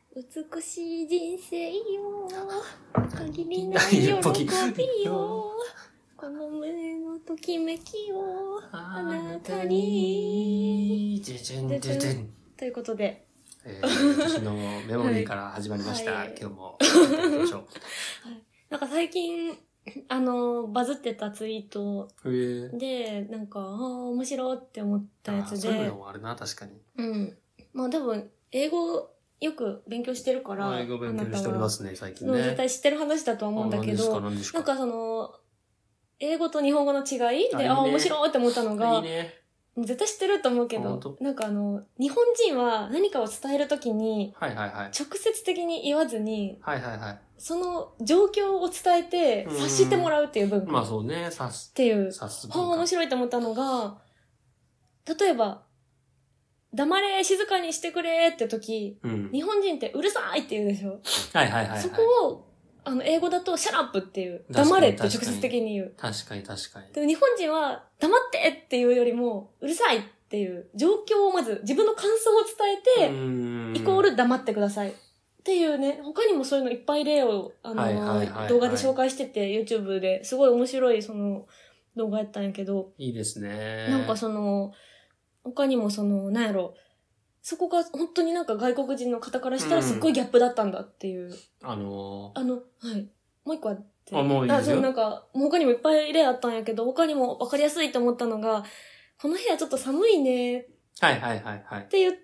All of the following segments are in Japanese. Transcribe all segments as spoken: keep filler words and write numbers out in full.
美しい人生よ限りない喜びよこの胸のときめきをあなたにということで、 えー、私のメモリーから始まりました、はい、今日もやっていきましょう、 はい、なんか最近あのバズってたツイートでなんかあ面白いって思ったやつで、 そういうのもあるな確かに。 うんまあ多分英語よく勉強してるから、 英語勉強しておりますね最近ね。 絶対知ってる話だとは思うんだけど、なんかその英語と日本語の違いで、あ、いいね、あ面白いって思ったのが、いいね、絶対知ってると思うけど、なんかあの日本人は何かを伝えるときに、はいはいはい、直接的に言わずに、はいはいはい、その状況を伝えて察してもらうっていう文化。 まあそうね、察す。 っていう。察す文化。はあ、面白いと思ったのが、例えば、黙れ、静かにしてくれって時、うん、日本人ってうるさいって言うでしょ。はいはいはい、はい。そこを、あの、英語だとシャラップっていう。黙れって直接的に言う。 確かに確かに。 でも日本人は、黙ってっていうよりも、うるさいっていう状況をまず自分の感想を伝えて、イコール黙ってください。っていうね、他にもそういうのいっぱい例を、あの、はいはいはいはい、動画で紹介してて、YouTube ですごい面白いその動画やったんやけど。 いいですね。 なんかその、他にもその、なんやろ、そこが本当になんか外国人の方からしたらすっごいギャップだったんだっていう。うん、 あのー、 あの、はい。もう一個あって。 あ、もういいですよ。 あ、そうなんか、他にもいっぱい例あったんやけど、他にも分かりやすいと思ったのが、この部屋ちょっと寒いね。 はいはいはいはい。 って言って、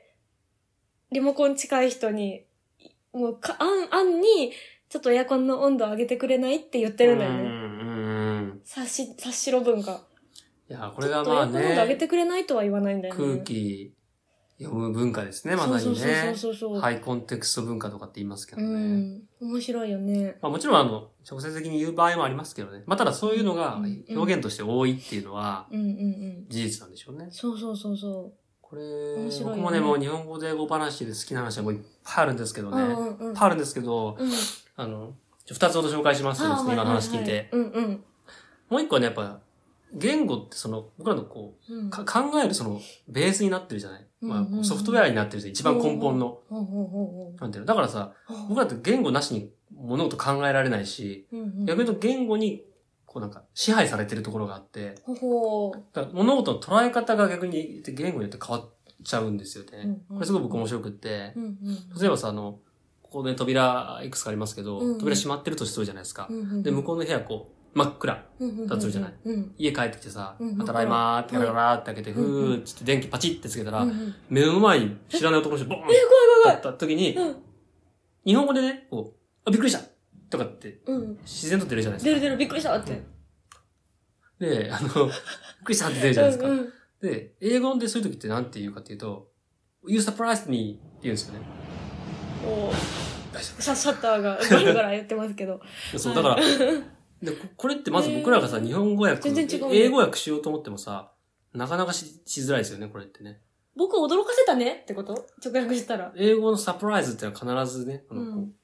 リモコン近い人に、もうか、あん、あんに、ちょっとエアコンの温度上げてくれないって言ってるんだよね。うんうん。察し、察しろ文化。 いや、これがまあね。ちょっとエアコンの温度上げてくれないとは言わないんだよね。 空気読む文化ですね、まさにね。そうそうそうそうそう。ハイコンテクスト文化とかって言いますけどね。うん。 面白いよね。 まあもちろんあの、直接的に言う場合もありますけどね。まあただそういうのが表現として多いっていうのは、うんうんうん。事実なんでしょうね。 そうそうそうそう。 これ、面白いね、僕もね、もう日本語で英語話で好きな話はもういっぱいあるんですけどね。うんうん、いっぱいあるんですけど、うん、あの、二つほど紹介しますとですね、今の話聞いて。うんうん、もう一個はね、やっぱ、言語ってその、僕らのこう、うん、考えるその、ベースになってるじゃない、うんうんうん、まあ、ソフトウェアになってるじゃん。一番根本の。なんていうのだからさ、僕らって言語なしに物事考えられないし、うんうん、逆に言うと言語に、こうなんか、支配されてるところがあって、ほほだから物事の捉え方が逆に言語によって変わっちゃうんですよね。うんうん、これすごい僕面白くって、うんうん、例えばさ、あの、ここで扉いくつかありますけど、うんうん、扉閉まってるとしそうじゃないですか。うんうん、で、向こうの部屋こう、真っ暗だとするじゃない。うんうんうん、家帰ってきてさ、うんうん、ただいまーってガラガラーって開けて、ふーって電気パチってつけたら、うんうん、目の前に知らない男の人ボーンってやった時に、うん、日本語でね、こう、あ、びっくりしたとかって、自然と出るじゃないですか。 出る出る、びっくりしたって。うんで、あの、びっくりしたって出るじゃないですか。うんうん、で、英語でそういう時って何て言うかっていうと、You surprised me って言うんですよね。 おシャシャッターがガラガラ言ってますけど。 そう、だから、で、これってまず僕らがさ、日本語訳、英語訳しようと思ってもさ、なかなかし、しづらいですよね、これってね。 僕驚かせたねってこと直訳したら。 英語のサプライズってのは必ずね、うん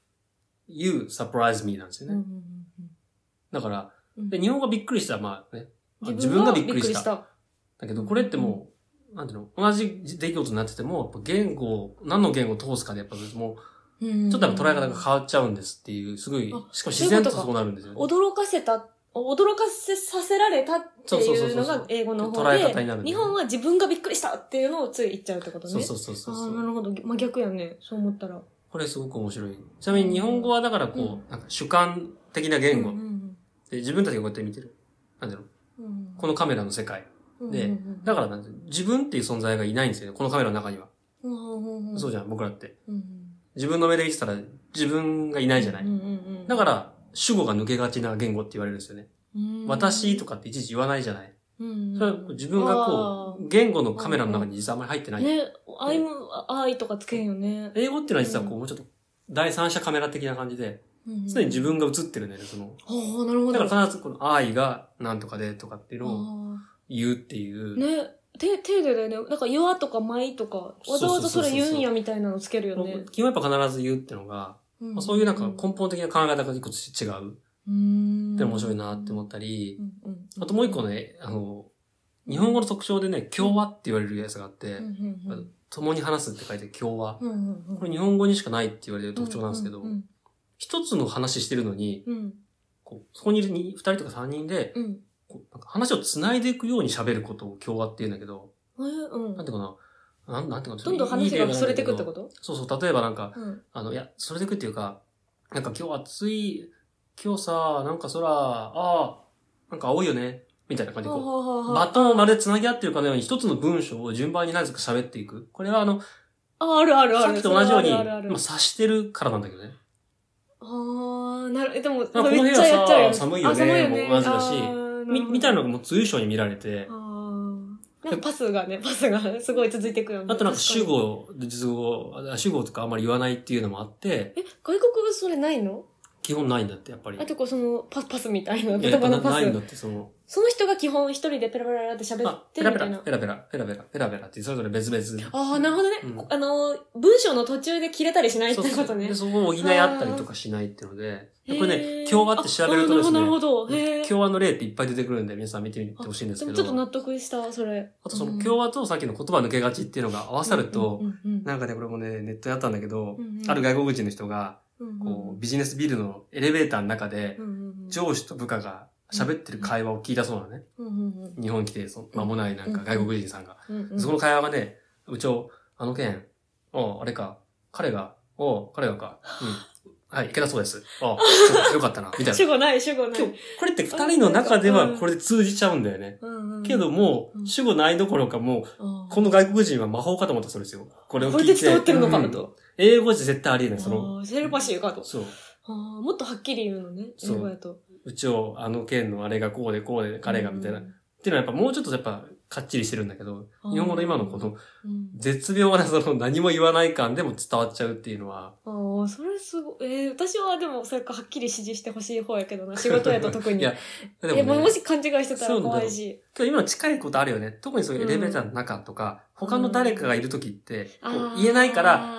、You surprise me なんですよね。うんうんうん、だから、で、日本語がびっくりしたら、まあね、自分がびっくりした。しただけど、これってもう、うん、なんていうの、同じ出来事になってても、言語、何の言語を通すかでやっぱもう、うん、ちょっとやっぱ捉え方が変わっちゃうんですっていう、すごい、しかも自然とそうなるんですよね。 驚かせた、驚かせさせられたっていうのが英語の方で、捉え方になる、ね。日本は自分がびっくりしたっていうのをつい言っちゃうってことね。 そうそうそうそうああ、なるほど。まあ、逆やね。そう思ったら。 これすごく面白い。ちなみに日本語はだからこう、うん、なんか主観的な言語、うんうんうん、で。自分たちがこうやって見てる。なんだろう、うん、このカメラの世界。で、うんうんうん、だからなんて自分っていう存在がいないんですよね。このカメラの中には。うんうんうん、そうじゃん、僕らって、うんうん。自分の目で見てたら自分がいないじゃない。うんうんうん、だから、主語が抜けがちな言語って言われるんですよね。私とかっていちいち言わないじゃない。うん、それは自分がこう、言語のカメラの中に実はあんまり入ってない。 ね、I'm, I とかつけんよね。 英語っていうのは実はこう、もうちょっと第三者カメラ的な感じで、常に自分が映ってるんだよね、その。 ああ、なるほど。 だから必ずこの I がなんとかでとかっていうのを言うっていう。 ね、て、丁寧だよね。なんか your とか my とか、わざわざそれ言うんやみたいなのつけるよね。 基本やっぱ必ず言うっていうのが、うんうんまあ、そういうなんか根本的な考え方が一個違う。うん。で面白いなって思ったり、うんうん、あともう一個ね、あの、日本語の特徴でね、今日はって言われるやつがあって、うんうんうん、 共に話すって書いて共話、 うんうんうん。 これ日本語にしかないって言われる特徴なんですけど、 うんうんうん、 一つの話してるのに、 うん、 こうそこにいるに二人とか三人で、 うん、 こうなんか話を繋いでいくように喋ることを共話って言うんだけど、 えーうん、 なんていうかな、なんなんていうかな、 どんどん話がそれてくってこと？ そうそう、例えばなんか、 うん、あの、いや、それてくっていうか、なんか今日暑い、今日さ、なんか空、ああ、なんか青いよね、みたいな感じでこう、バトンをまるで繋ぎ合ってるかのように一つの文章を順番になぜか喋っていく。これはあの、 あ、あるあるある。 さっきと同じように、まあ、察してるからなんだけどね。 ああ、なる、でも、 この部屋さ、寒いよね、もう同じだし、み、みたいなのがもう随所に見られて、 なんかパスがね、パスがすごい続いていくよね。 あとなんか主語、実語、主語とかあんまり言わないっていうのもあって。 え、外国語それないの？ 基本ないんだって、やっぱり。 あとこうその、パス、パスみたいな言葉のパス。ないんだって、その。 その人が基本一人でペラペラって喋ってるみたいな。 ペラペラ、ペラペラ、ペラペラってそれぞれ別々。 ああ、なるほどね、うん。あの、文章の途中で切れたりしないってことね。そうそうで、 そこを補い合ったりとかしないっていうので。これね、共和って調べるとですね。 なるほど、なるほど。 共和の例っていっぱい出てくるんで、皆さん見てみてほしいんですけど。 ちょっと納得した、それ。 あとその共和とさっきの言葉抜けがちっていうのが合わさると、なんかね、これもね、ネットであったんだけど、うんうん、ある外国人の人が、こう、ビジネスビルのエレベーターの中で、上司と部下が喋ってる会話を聞いたそうなのね。日本来て、間もないなんか外国人さんが。そこの会話がね、うちを、あの件、おあれか、彼が、お彼がか、うん。はい、いけたそうです。ああ、よかったな、みたいな。 主語ない、主語ない。 今日、これって二人の中ではこれで通じちゃうんだよね。うんうん、けども、うん、主語ないどころかもう、うん、この外国人は魔法かと思ったそうですよ。これを聞いて。 これで伝わってるのかなと。 うん、英語じゃ絶対ありえない、その。 セレパシーかと。 そう。 あもっとはっきり言うのね、英語やと。 うちを、あの件のあれがこうでこうで彼がみたいな。うん、っていうのはやっぱもうちょっとやっぱ、かっちりしてるんだけど、日本語の今のこの、絶妙なその何も言わない感でも伝わっちゃうっていうのは。 ああ、それすごい。えー、私はでもそれかはっきり指示してほしい方やけどな、仕事やと特に。いや、でも、ね、えもし勘違いしてたら怖いし。 今今の近いことあるよね。特にそういうエレベーターの中とか、うん、他の誰かがいるときって、こう言えないから、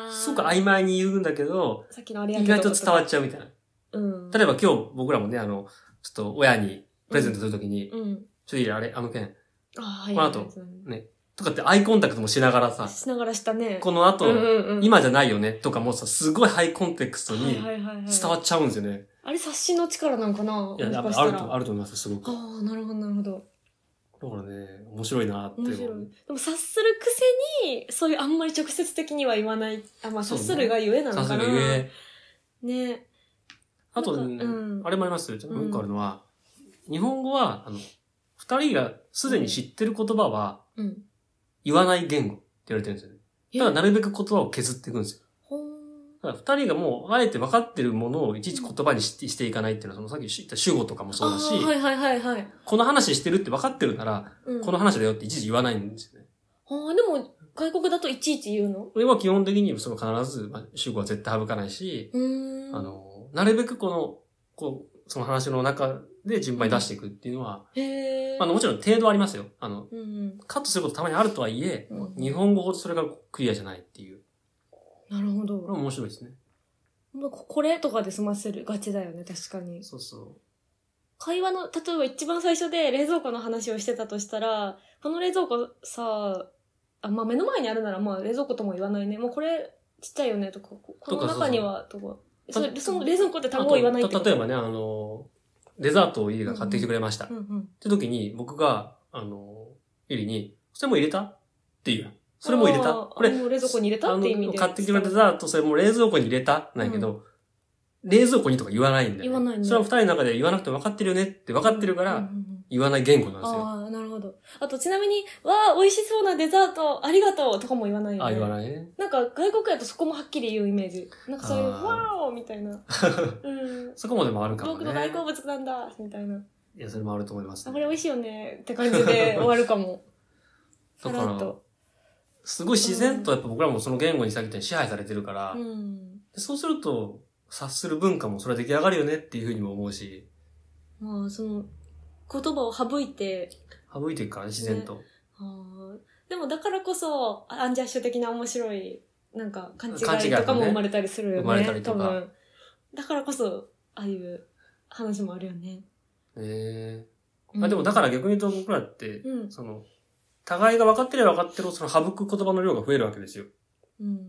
すごく曖昧に言うんだけど、さっきのあれや意外と伝わっちゃうみたいな。うん、例えば今日僕らもね、あの、ちょっと親にプレゼントするときに、うん、ちょっといいあれ、あの件。あはい。この後、ね。とかってアイコンタクトもしながらさ。 しながらしたね。 この後、うんうんうん、今じゃないよねとかもさ、すごいハイコンテクストに伝わっちゃうんですよね。はいはいはいはい、 あれ察しの力なんかな？ いや、やっぱあると、あると思います、すごく。 ああ、なるほど、なるほど。 だからね、面白いなって。 面白い。でも察するくせに、そういうあんまり直接的には言わない。あ、まあ察するがゆえなのかな。察するがゆえ。ね。 あと、ねうん、あれもありますよ。ちょっともう一個あるのは、うん、日本語は、あの、二人がすでに知ってる言葉は、言わない言語って言われてるんですよね。だからなるべく言葉を削っていくんですよ。だから二人がもう、あえて分かってるものをいちいち言葉にし て, していかないっていうのは、そのさっき言った主語とかもそうだし、 はいはいはいはい。 この話してるって分かってるなら、うん、この話だよっていちいち言わないんですよね。 ああ、でも、外国だといちいち言うの？ これは基本的にその必ず、まあ、主語は絶対省かないし、あの、なるべくこの、こう、その話の中で順番に出していくっていうのは、うん、へまあもちろん程度はありますよ。あの、うんうん、カットすることたまにあるとはいえ、うん、日本語ほどそれがクリアじゃないっていう。 なるほど。 これ面白いですね。 これとかで済ませるガチだよね、確かに。 そうそう。 会話の、例えば一番最初で冷蔵庫の話をしてたとしたら、この冷蔵庫さ、あ、まあ目の前にあるならまあ冷蔵庫とも言わないね。もうこれちっちゃいよねとか、この中にはとか。それその冷蔵庫って単語を言わないってこと？ 例えばね、あの、デザートをイリが買ってきてくれました。うんうん、って時に僕が、あの、イリに、それも入れたっていう。それも入れたこれ、 冷蔵庫に入れたって意味で。 買ってきてくれたデザート、それも冷蔵庫に入れたなんやけど、うん、冷蔵庫にとか言わないんだよ、ね。 言わないんだ。 それは二人の中で言わなくて分かってるよねって分かってるから、言わない言語なんですよ。 ああ、なるほど。あと、ちなみに、わあ、美味しそうなデザート、ありがとうとかも言わないよね。 あ、言わないね。 なんか、外国やとそこもはっきり言うイメージ。なんかそういう、わーおみたいな。うん。 そこまでもあるかもね。 僕の大好物なんだみたいな。 いや、それもあると思います、 ね。あ、これ美味しいよねって感じで終わるかも。 だから、すごい自然とやっぱ僕らもその言語にさっき言ったように支配されてるから、うん、そうすると、察する文化もそれは出来上がるよねっていうふうにも思うし。 まあ、その、言葉を省いて。 省いていくからね、自然と。ね、 はでもだからこそ、アンジャッシュ的な面白い、なんか勘違いとかも生まれたりするよね。生まれたりとか。多分。だからこそ、ああいう話もあるよね。 へえー。まあでもだから逆に言うと僕らって、うん、その、 互いが分かってれば分かってるその省く言葉の量が増えるわけですよ。 うんうんうん、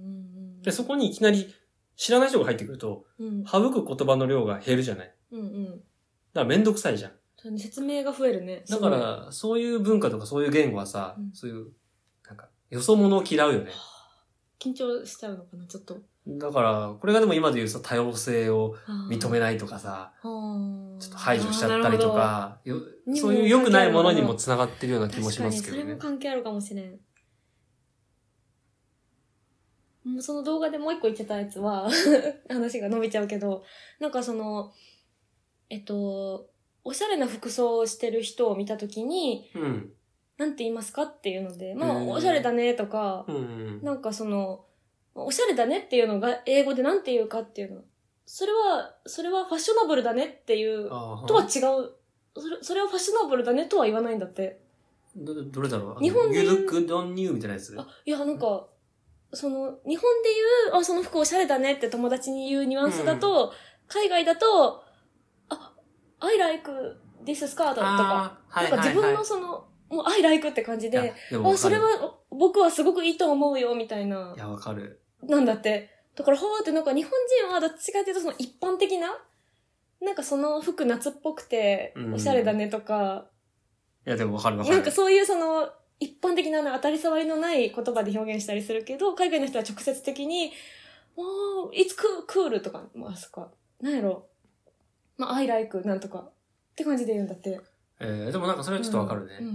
で、そこにいきなり知らない人が入ってくると、うん、省く言葉の量が減るじゃない。うんうん、だからめんどくさいじゃん。 説明が増えるね。 だから、そういう文化とかそういう言語はさ、うん、そういう、なんか、よそ者を嫌うよね。 緊張しちゃうのかな、ちょっと。 だから、これがでも今で言うさ、多様性を認めないとかさ、ちょっと排除しちゃったりとか、そういう良くないものにも繋がってるような気もしますけどね。 それも関係あるかもしれん。もうその動画でもう一個言ってたやつは、話が伸びちゃうけど、なんかその、えっと、おしゃれな服装をしてる人を見たときに、うん、なんて言いますかっていうので、まあ、おしゃれだねとか、うんうん、なんかその、おしゃれだねっていうのが英語でなんて言うかっていうの。それは、それはファッショナブルだねっていう、とは違う。それ、それはファッショナブルだねとは言わないんだって。 ど、どれだろう日本で言う。You look good on you みたいなやつあ、いや、なんか、その、日本で言う、あ、その服おしゃれだねって友達に言うニュアンスだと、うん、海外だと、あ、I like this skirt とか、なんか自分のその、もう I like って感じで、あ、それは僕はすごくいいと思うよ、みたいな。 いや、わかる。 なんだって。だから、はーってなんか日本人はどっちかっていうとその一般的な、なんかその服夏っぽくて、おしゃれだねとか。 いや、でもわかるわかる。 なんかそういうその、一般的な当たり障りのない言葉で表現したりするけど、海外の人は直接的に、おー、it's cool とか、まあ、そっか、なんやろ。まあ、I like なんとか、って感じで言うんだって。 えー、でもなんかそれはちょっとわかるね。うんうん、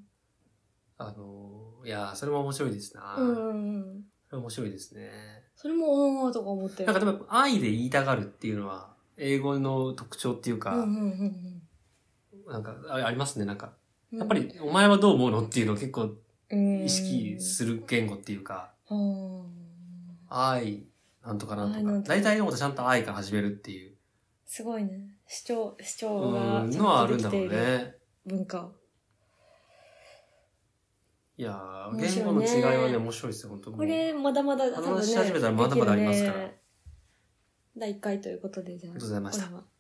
あの、いや、それも面白いですな。うんうん、それ面白いですね。 それも、おーとか思って。 なんかでも、愛で言いたがるっていうのは、英語の特徴っていうか、うんうんうんうん、なんかあ、ありますね、なんか。やっぱり、お前はどう思うのっていうのを結構、意識する言語っていうか、うん、愛、なんとかなんとか。大体のことちゃんと愛から始めるっていう。 すごいね。主張、主張がちゃんとできている文化。 いやー、ね、言語の違いはね、面白いですよ、本当に。 これ、まだまだ、 多分ね。話し始めたらまだまだありますから。 だいいっかいということで、じゃあ。 ありがとうございました。